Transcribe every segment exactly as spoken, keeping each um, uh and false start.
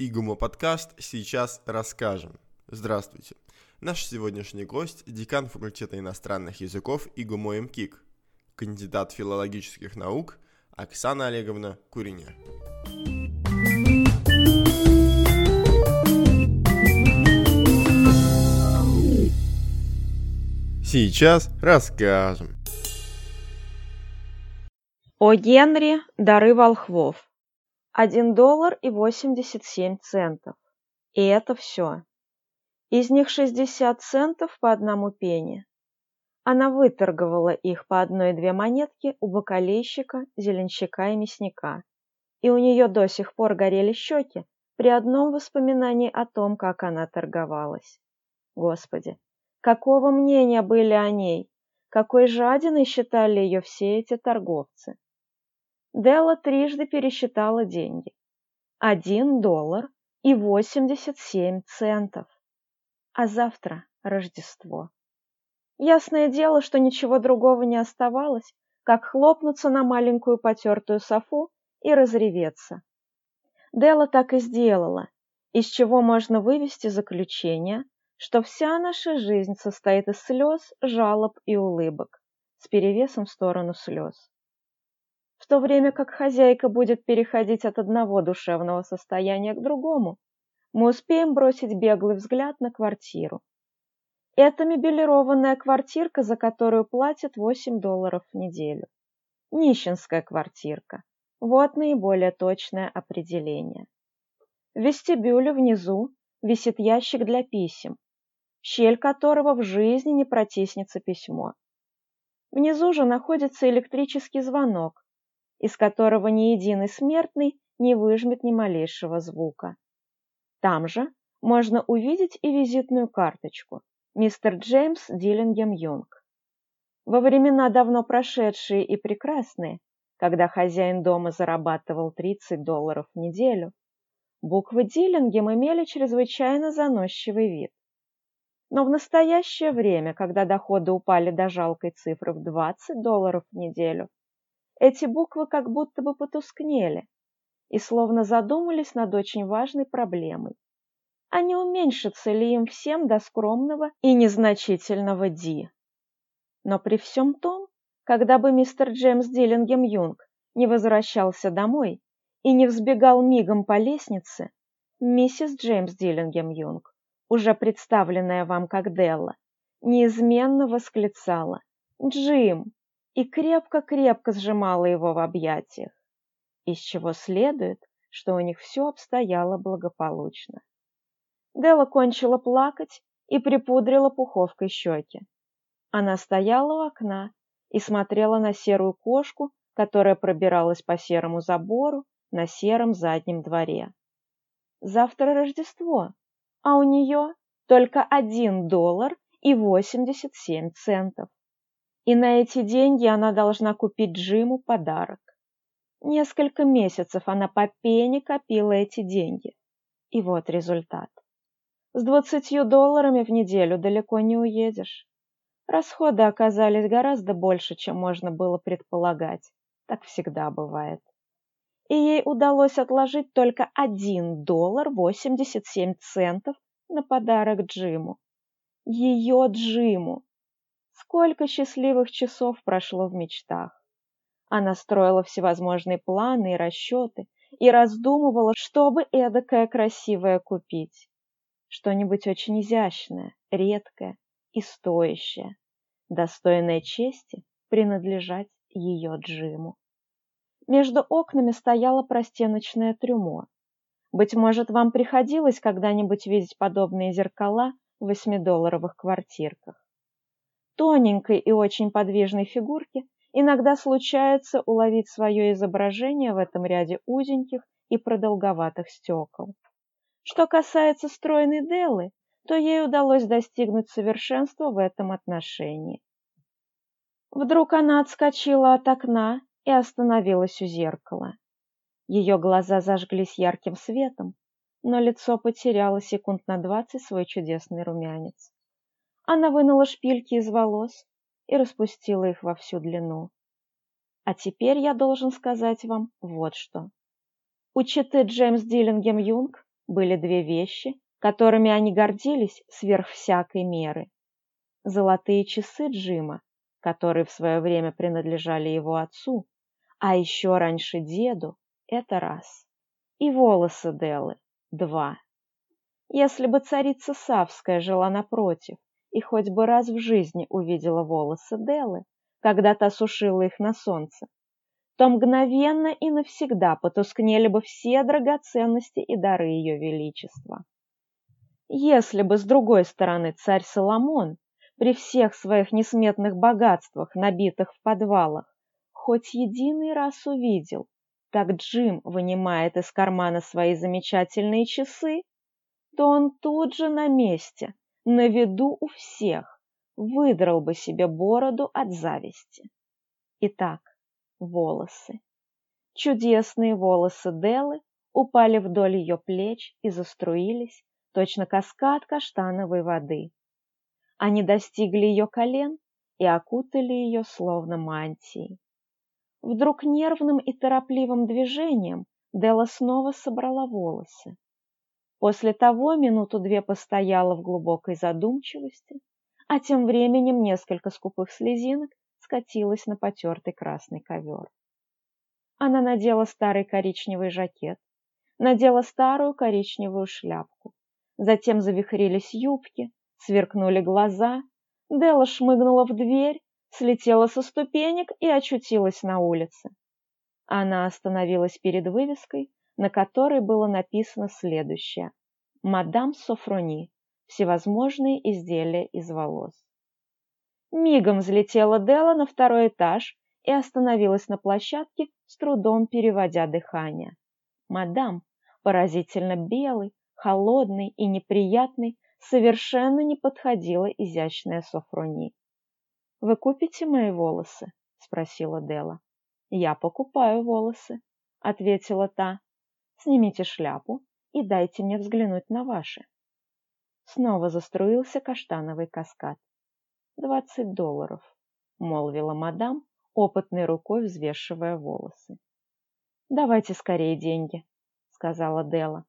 Игумо подкаст «Сейчас расскажем». Здравствуйте. Наш сегодняшний гость – декан факультета иностранных языков Игумо МКИК, кандидат филологических наук Оксана Олеговна Куриня. Сейчас расскажем. О Генри «Дары волхвов». Один доллар и восемьдесят семь центов. И это все. Из них шестьдесят центов по одному пенни. Она выторговала их по одной-две монетки у бакалейщика, зеленщика и мясника. И у нее до сих пор горели щеки при одном воспоминании о том, как она торговалась. Господи, какого мнения были о ней? Какой жадиной считали ее все эти торговцы? Делла трижды пересчитала деньги. Один доллар и восемьдесят семь центов. А завтра Рождество. Ясное дело, что ничего другого не оставалось, как хлопнуться на маленькую потертую софу и разреветься. Делла так и сделала, из чего можно вывести заключение, что вся наша жизнь состоит из слез, жалоб и улыбок, с перевесом в сторону слез. В то время как хозяйка будет переходить от одного душевного состояния к другому, мы успеем бросить беглый взгляд на квартиру. Это мебелированная квартирка, за которую платят восемь долларов в неделю. Нищенская квартирка. Вот наиболее точное определение. В вестибюле внизу висит ящик для писем, в щель которого в жизни не протиснется письмо. Внизу же находится электрический звонок, из которого ни единый смертный не выжмет ни малейшего звука. Там же можно увидеть и визитную карточку «Мистер Джеймс Диллингем Юнг». Во времена давно прошедшие и прекрасные, когда хозяин дома зарабатывал тридцать долларов в неделю, буквы Диллингем имели чрезвычайно заносчивый вид. Но в настоящее время, когда доходы упали до жалкой цифры в двадцать долларов в неделю, эти буквы как будто бы потускнели и словно задумались над очень важной проблемой. А не уменьшится ли им всем до скромного и незначительного «Ди»? Но при всем том, когда бы мистер Джеймс Диллингем Юнг не возвращался домой и не взбегал мигом по лестнице, миссис Джеймс Диллингем Юнг, уже представленная вам как Делла, неизменно восклицала «Джим!» и крепко-крепко сжимала его в объятиях, из чего следует, что у них все обстояло благополучно. Делла кончила плакать и припудрила пуховкой щеки. Она стояла у окна и смотрела на серую кошку, которая пробиралась по серому забору на сером заднем дворе. Завтра Рождество, а у нее только один доллар и восемьдесят семь центов. И на эти деньги она должна купить Джиму подарок. Несколько месяцев она по пенни копила эти деньги. И вот результат. С двадцатью долларами в неделю далеко не уедешь. Расходы оказались гораздо больше, чем можно было предполагать. Так всегда бывает. И ей удалось отложить только один доллар восемьдесят семь центов на подарок Джиму. Ее Джиму. Сколько счастливых часов прошло в мечтах. Она строила всевозможные планы и расчеты и раздумывала, что бы эдакое красивое купить. Что-нибудь очень изящное, редкое и стоящее, достойное чести принадлежать ее Джиму. Между окнами стояло простеночное трюмо. Быть может, вам приходилось когда-нибудь видеть подобные зеркала в восьмидолларовых квартирках. Тоненькой и очень подвижной фигурке иногда случается уловить свое изображение в этом ряде узеньких и продолговатых стекол. Что касается стройной Деллы, то ей удалось достигнуть совершенства в этом отношении. Вдруг она отскочила от окна и остановилась у зеркала. Ее глаза зажглись ярким светом, но лицо потеряло секунд на двадцать свой чудесный румянец. Она вынула шпильки из волос и распустила их во всю длину. А теперь я должен сказать вам вот что. У четы Джеймс Диллингем Юнг были две вещи, которыми они гордились сверх всякой меры. Золотые часы Джима, которые в свое время принадлежали его отцу, а еще раньше деду, это раз. И волосы Деллы, два. Если бы царица Савская жила напротив и хоть бы раз в жизни увидела волосы Деллы, когда та сушила их на солнце, то мгновенно и навсегда потускнели бы все драгоценности и дары ее величества. Если бы, с другой стороны, царь Соломон при всех своих несметных богатствах, набитых в подвалах, хоть единый раз увидел, как Джим вынимает из кармана свои замечательные часы, то он тут же на месте, на виду у всех, выдрал бы себе бороду от зависти. Итак, волосы. Чудесные волосы Деллы упали вдоль ее плеч и заструились, точно каскад каштановой воды. Они достигли ее колен и окутали ее словно мантией. Вдруг нервным и торопливым движением Делла снова собрала волосы. После того минуту-две постояла в глубокой задумчивости, а тем временем несколько скупых слезинок скатилось на потертый красный ковер. Она надела старый коричневый жакет, надела старую коричневую шляпку. Затем завихрились юбки, сверкнули глаза. Делла шмыгнула в дверь, слетела со ступенек и очутилась на улице. Она остановилась перед вывеской, на которой было написано следующее: «Мадам Софрони. Всевозможные изделия из волос». Мигом взлетела Делла на второй этаж и остановилась на площадке, с трудом переводя дыхание. Мадам, поразительно белый, холодный и неприятный, совершенно не подходила изящная Софрони. «Вы купите мои волосы?» — спросила Делла. «Я покупаю волосы», — ответила та. «Снимите шляпу и дайте мне взглянуть на ваши». Снова заструился каштановый каскад. «Двадцать долларов», — молвила мадам, опытной рукой взвешивая волосы. «Давайте скорее деньги», — сказала Делла.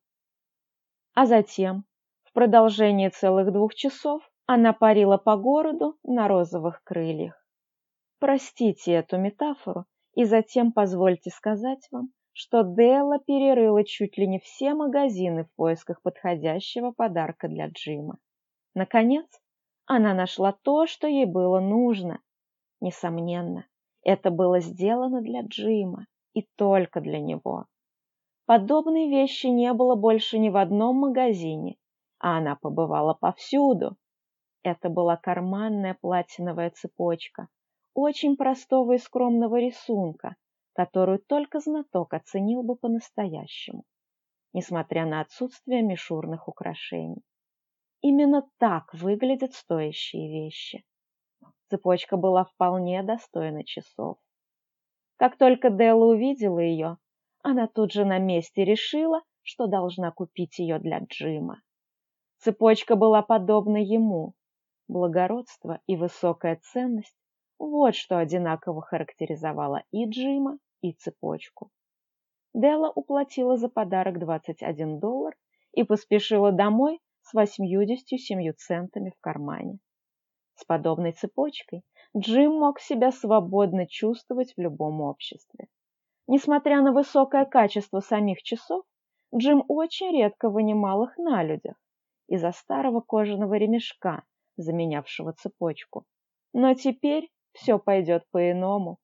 А затем, в продолжении целых двух часов, она парила по городу на розовых крыльях. Простите эту метафору, и затем позвольте сказать вам, что Делла перерыла чуть ли не все магазины в поисках подходящего подарка для Джима. Наконец, она нашла то, что ей было нужно. Несомненно, это было сделано для Джима и только для него. Подобной вещи не было больше ни в одном магазине, а она побывала повсюду. Это была карманная платиновая цепочка, очень простого и скромного рисунка, которую только знаток оценил бы по-настоящему, несмотря на отсутствие мишурных украшений. Именно так выглядят стоящие вещи. Цепочка была вполне достойна часов. Как только Делла увидела ее, она тут же на месте решила, что должна купить ее для Джима. Цепочка была подобна ему. Благородство и высокая ценность – вот что одинаково характеризовало и Джима, и цепочку. Делла уплатила за подарок двадцать один доллар и поспешила домой с восьмьюдесятью семью центами в кармане. С подобной цепочкой Джим мог себя свободно чувствовать в любом обществе. Несмотря на высокое качество самих часов, Джим очень редко вынимал их на людях из-за старого кожаного ремешка, заменявшего цепочку. Но теперь все пойдет по-иному.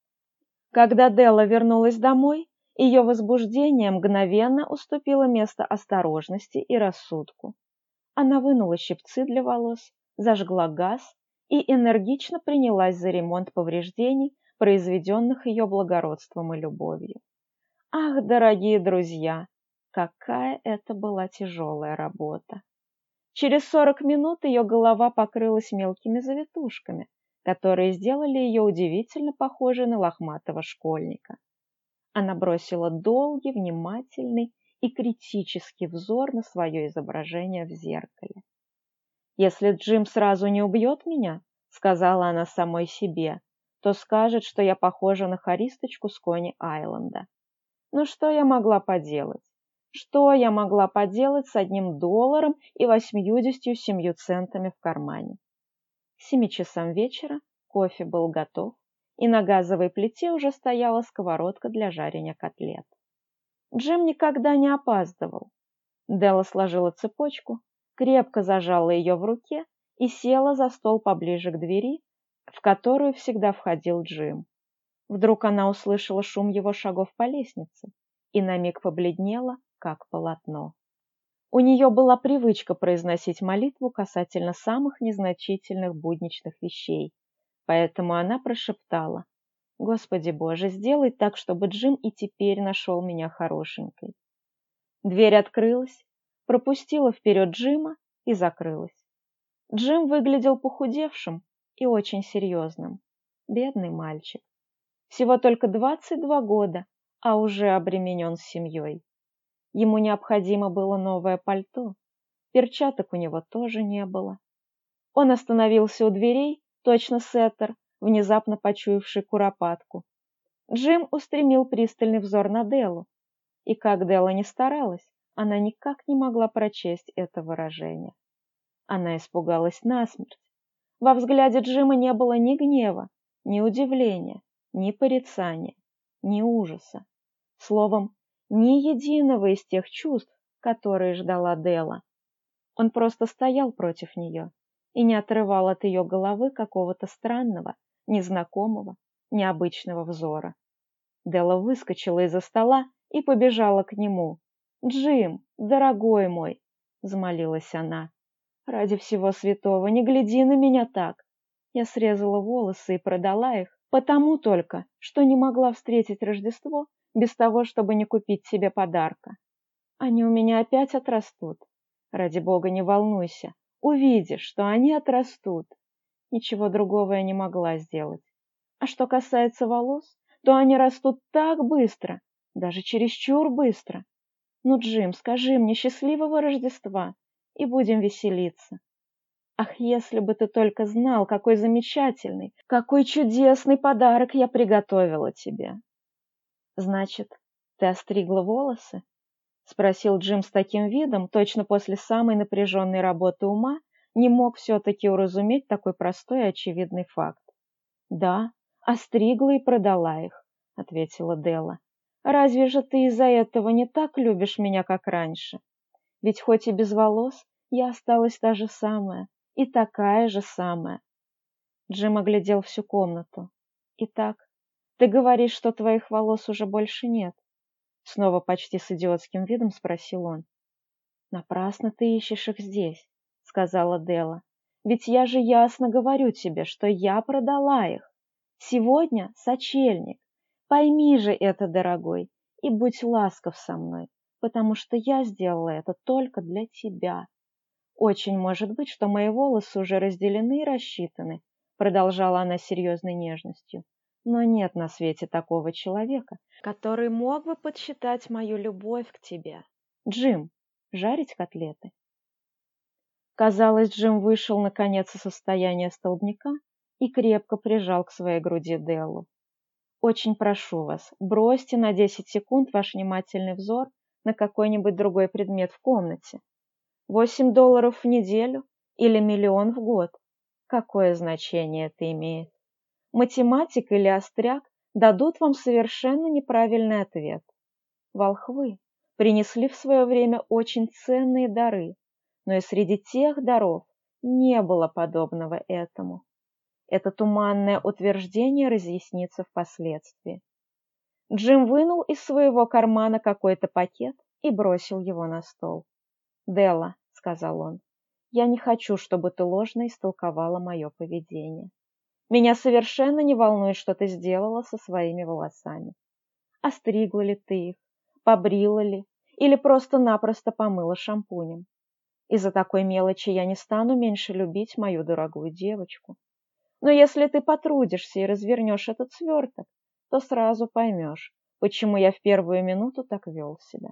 Когда Делла вернулась домой, ее возбуждение мгновенно уступило место осторожности и рассудку. Она вынула щипцы для волос, зажгла газ и энергично принялась за ремонт повреждений, произведенных ее благородством и любовью. Ах, дорогие друзья, какая это была тяжелая работа! Через сорок минут ее голова покрылась мелкими завитушками, которые сделали ее удивительно похожей на лохматого школьника. Она бросила долгий, внимательный и критический взор на свое изображение в зеркале. «Если Джим сразу не убьет меня, — сказала она самой себе, — то скажет, что я похожа на хористочку с Кони-Айленда. Но что я могла поделать? Что я могла поделать с одним долларом и восьмьюдесятью семью центами в кармане? К семи часам вечера кофе был готов, и на газовой плите уже стояла сковородка для жарения котлет. Джим никогда не опаздывал. Делла сложила цепочку, крепко зажала ее в руке и села за стол поближе к двери, в которую всегда входил Джим. Вдруг она услышала шум его шагов по лестнице и на миг побледнела, как полотно. У нее была привычка произносить молитву касательно самых незначительных будничных вещей, поэтому она прошептала: «Господи Боже, сделай так, чтобы Джим и теперь нашел меня хорошенькой». Дверь открылась, пропустила вперед Джима и закрылась. Джим выглядел похудевшим и очень серьезным. Бедный мальчик. Всего только двадцать два года, а уже обременен семьей. Ему необходимо было новое пальто. Перчаток у него тоже не было. Он остановился у дверей, точно сеттер, внезапно почуявший куропатку. Джим устремил пристальный взор на Деллу, и как Делла ни старалась, она никак не могла прочесть это выражение. Она испугалась насмерть. Во взгляде Джима не было ни гнева, ни удивления, ни порицания, ни ужаса. Словом, ни единого из тех чувств, которые ждала Делла. Он просто стоял против нее и не отрывал от ее головы какого-то странного, незнакомого, необычного взора. Делла выскочила из-за стола и побежала к нему. «Джим, дорогой мой!» — взмолилась она. «Ради всего святого, не гляди на меня так. Я срезала волосы и продала их, потому только, что не могла встретить Рождество без того, чтобы не купить себе подарка. Они у меня опять отрастут. Ради бога, не волнуйся, увидишь, что они отрастут». Ничего другого я не могла сделать. А что касается волос, то они растут так быстро, даже чересчур быстро. Ну, Джим, скажи мне счастливого Рождества, и будем веселиться. Ах, если бы ты только знал, какой замечательный, какой чудесный подарок я приготовила тебе. Значит, ты остригла волосы? Спросил Джим с таким видом, точно после самой напряженной работы ума не мог все-таки уразуметь такой простой и очевидный факт. Да, остригла и продала их, ответила Делла. Разве же ты из-за этого не так любишь меня, как раньше? Ведь хоть и без волос, я осталась та же самая, и такая же самая. Джим оглядел всю комнату. Итак, ты говоришь, что твоих волос уже больше нет? Снова почти с идиотским видом спросил он. Напрасно ты ищешь их здесь, сказала Делла. Ведь я же ясно говорю тебе, что я продала их. Сегодня сочельник. Пойми же это, дорогой, и будь ласков со мной, потому что я сделала это только для тебя. Очень может быть, что мои волосы уже разделены и рассчитаны, продолжала она с серьезной нежностью. Но нет на свете такого человека, который мог бы подсчитать мою любовь к тебе. Джим, жарить котлеты? Казалось, Джим вышел наконец из состояния столбняка и крепко прижал к своей груди Деллу. Очень прошу вас, бросьте на десять секунд ваш внимательный взор на какой-нибудь другой предмет в комнате. Восемь долларов в неделю или миллион в год? Какое значение это имеет? Математик или остряк дадут вам совершенно неправильный ответ. Волхвы принесли в свое время очень ценные дары, но и среди тех даров не было подобного этому. Это туманное утверждение разъяснится впоследствии. Джим вынул из своего кармана какой-то пакет и бросил его на стол. «Делла», — сказал он, — «я не хочу, чтобы ты ложно истолковала мое поведение. Меня совершенно не волнует, что ты сделала со своими волосами. Остригла ли ты их, побрила ли или просто-напросто помыла шампунем. Из-за такой мелочи я не стану меньше любить мою дорогую девочку. Но если ты потрудишься и развернешь этот сверток, то сразу поймешь, почему я в первую минуту так вел себя».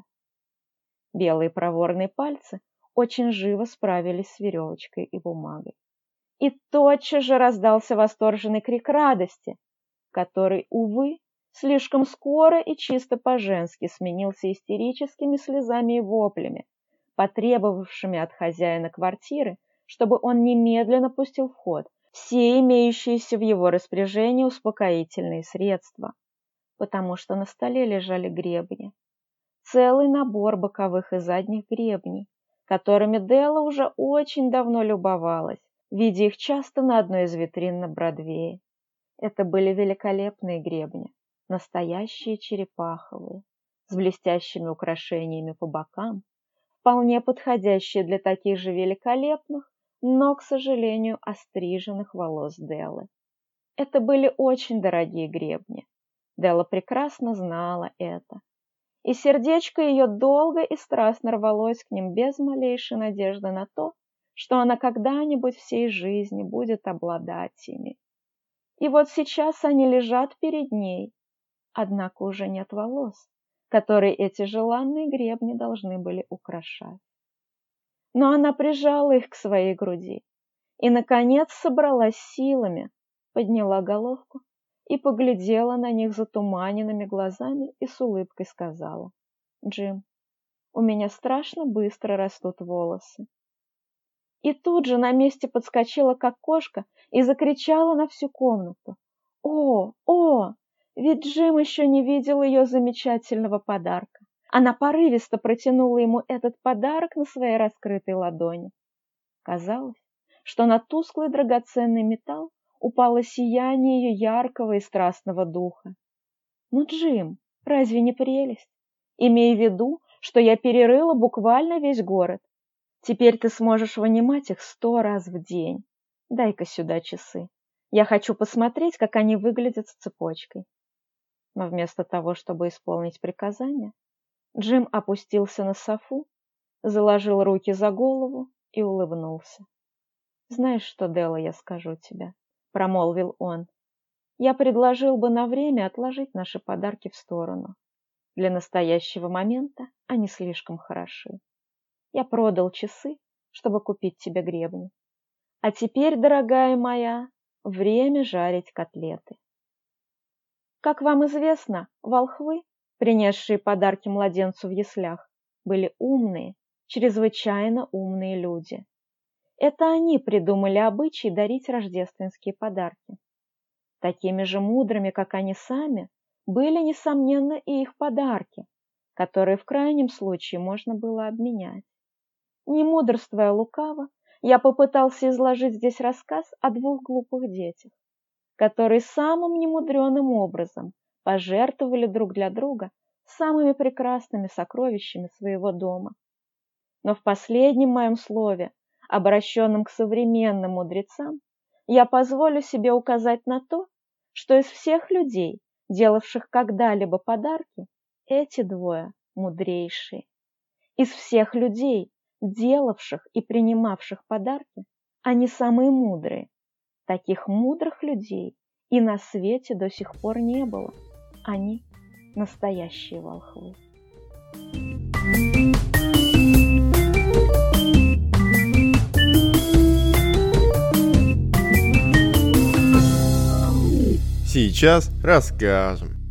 Белые проворные пальцы очень живо справились с веревочкой и бумагой. И тотчас же раздался восторженный крик радости, который, увы, слишком скоро и чисто по-женски сменился истерическими слезами и воплями, потребовавшими от хозяина квартиры, чтобы он немедленно пустил в ход все имеющиеся в его распоряжении успокоительные средства, потому что на столе лежали гребни. Целый набор боковых и задних гребней, которыми Делла уже очень давно любовалась, видя их часто на одной из витрин на Бродвее. Это были великолепные гребни, настоящие черепаховые, с блестящими украшениями по бокам, вполне подходящие для таких же великолепных, но, к сожалению, остриженных волос Деллы. Это были очень дорогие гребни. Делла прекрасно знала это. И сердечко ее долго и страстно рвалось к ним без малейшей надежды на то, что она когда-нибудь всей жизни будет обладать ими. И вот сейчас они лежат перед ней, однако уже нет волос, которые эти желанные гребни должны были украшать. Но она прижала их к своей груди и, наконец, собралась силами, подняла головку и поглядела на них затуманенными глазами и с улыбкой сказала: «Джим, у меня страшно быстро растут волосы». И тут же на месте подскочила, как кошка, и закричала на всю комнату: «О, о! Ведь Джим еще не видел ее замечательного подарка». Она порывисто протянула ему этот подарок на своей раскрытой ладони. Казалось, что на тусклый драгоценный металл упало сияние ее яркого и страстного духа. «Ну, Джим, разве не прелесть? Имей в виду, что я перерыла буквально весь город. Теперь ты сможешь вынимать их сто раз в день. Дай-ка сюда часы. Я хочу посмотреть, как они выглядят с цепочкой». Но вместо того, чтобы исполнить приказание, Джим опустился на софу, заложил руки за голову и улыбнулся. «Знаешь что, Делла, я скажу тебе», — промолвил он. «Я предложил бы на время отложить наши подарки в сторону. Для настоящего момента они слишком хороши. Я продал часы, чтобы купить тебе гребни. А теперь, дорогая моя, время жарить котлеты». Как вам известно, волхвы, принесшие подарки младенцу в яслях, были умные, чрезвычайно умные люди. Это они придумали обычай дарить рождественские подарки. Такими же мудрыми, как они сами, были, несомненно, и их подарки, которые в крайнем случае можно было обменять. Не мудрствуя лукаво, я попытался изложить здесь рассказ о двух глупых детях, которые самым немудреным образом пожертвовали друг для друга самыми прекрасными сокровищами своего дома. Но в последнем моем слове, обращенном к современным мудрецам, я позволю себе указать на то, что из всех людей, делавших когда-либо подарки, эти двое мудрейшие. Из всех людей, делавших и принимавших подарки, они самые мудрые. Таких мудрых людей и на свете до сих пор не было. Они настоящие волхвы. Сейчас расскажем.